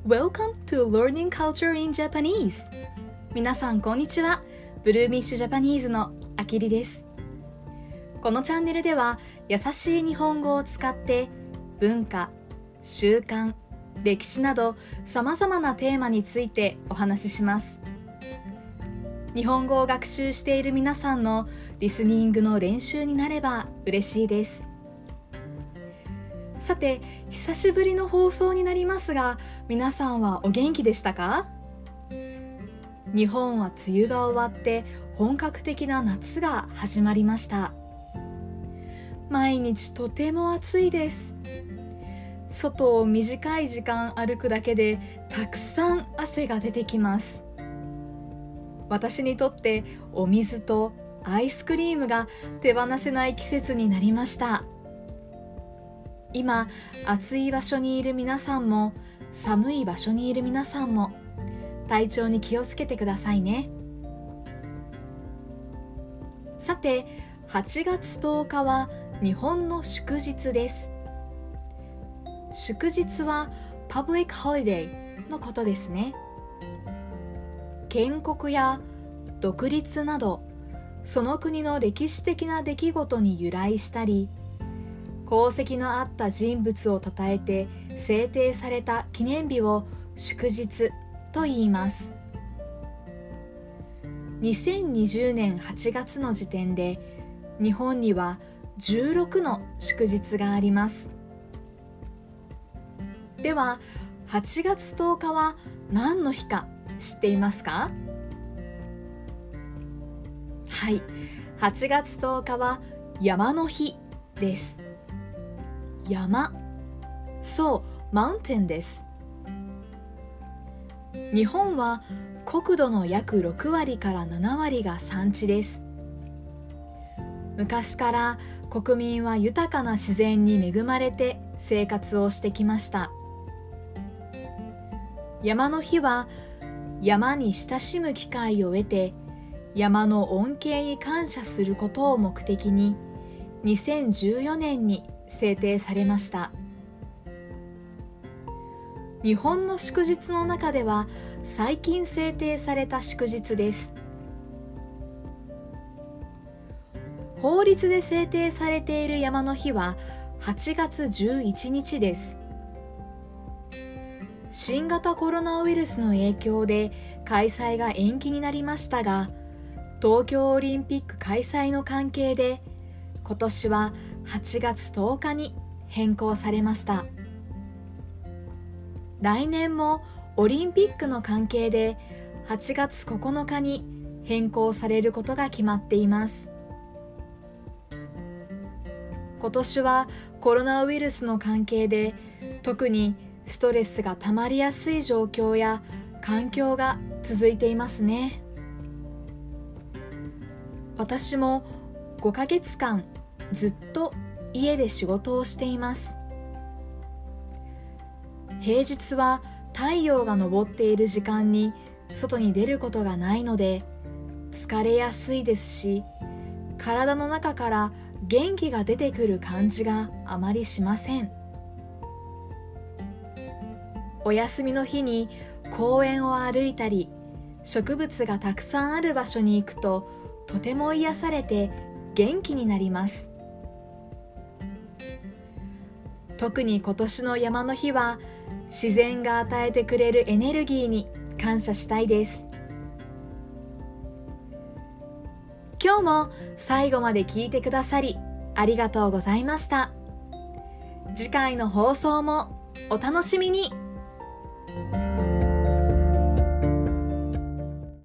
Welcome to Learning Culture in Japanese. 皆さんこんにちは。ブルーミッシュジャパニーズのあきりです。このチャンネルでは優しい日本語を使って文化、習慣、歴史など様々なテーマについてお話しします。日本語を学習している皆さんのリスニングの練習になれば嬉しいです。さて、久しぶりの放送になりますが、皆さんはお元気でしたか？日本は梅雨が終わって本格的な夏が始まりました。毎日とても暑いです。外を短い時間歩くだけでたくさん汗が出てきます。私にとってお水とアイスクリームが手放せない季節になりました。今、暑い場所にいる皆さんも寒い場所にいる皆さんも体調に気をつけてくださいね。さて、8月10日は日本の祝日です。祝日は Public Holiday のことですね。建国や独立などその国の歴史的な出来事に由来したり、功績のあった人物を称えて制定された記念日を祝日と言います。2020年8月の時点で日本には16の祝日があります。では、8月10日は何の日か知っていますか？はい、8月10日は山の日です。山、そう、マウンテンです。日本は国土の約6割から7割が山地です。昔から国民は豊かな自然に恵まれて生活をしてきました。山の日は山に親しむ機会を得て山の恩恵に感謝することを目的に2014年に制定されました。日本の祝日の中では最近制定された祝日です。法律で制定されている山の日は8月11日です。新型コロナウイルスの影響で開催が延期になりましたが、東京オリンピック開催の関係で今年は8月10日に変更されました。来年もオリンピックの関係で8月9日に変更されることが決まっています。今年はコロナウイルスの関係で特にストレスがたまりやすい状況や環境が続いていますね。私も5ヶ月間ずっと家で仕事をしています。平日は太陽が昇っている時間に外に出ることがないので疲れやすいですし、体の中から元気が出てくる感じがあまりしません。お休みの日に公園を歩いたり、植物がたくさんある場所に行くととても癒されて元気になります。特に今年の山の日は自然が与えてくれるエネルギーに感謝したいです。今日も最後まで聞いてくださりありがとうございました。次回の放送もお楽しみに。